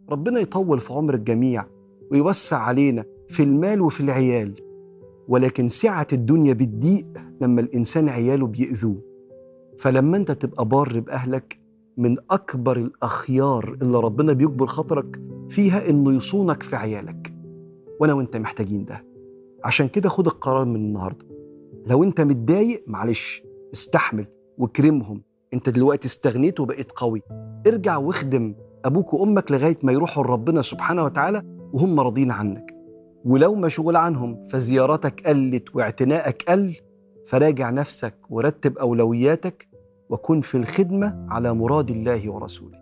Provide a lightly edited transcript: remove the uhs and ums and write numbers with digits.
ربنا يطول في عمر الجميع ويوسع علينا في المال وفي العيال، ولكن سعة الدنيا بتضيق لما الإنسان عياله بيأذوه. فلما أنت تبقى بار بأهلك، من أكبر الأخيار اللي ربنا بيكبر خاطرك فيها إنه يصونك في عيالك، وأنا وأنت محتاجين ده. عشان كده خد القرار من النهاردة، لو أنت متضايق معلش استحمل وكرمهم، أنت دلوقتي استغنيت وبقيت قوي، ارجع واخدم أبوك وأمك لغاية ما يروحوا لربنا سبحانه وتعالى وهم راضين عنك. ولو مشغول عنهم فزياراتك قلت واعتنائك قل، فراجع نفسك ورتب أولوياتك وكن في الخدمة على مراد الله ورسوله.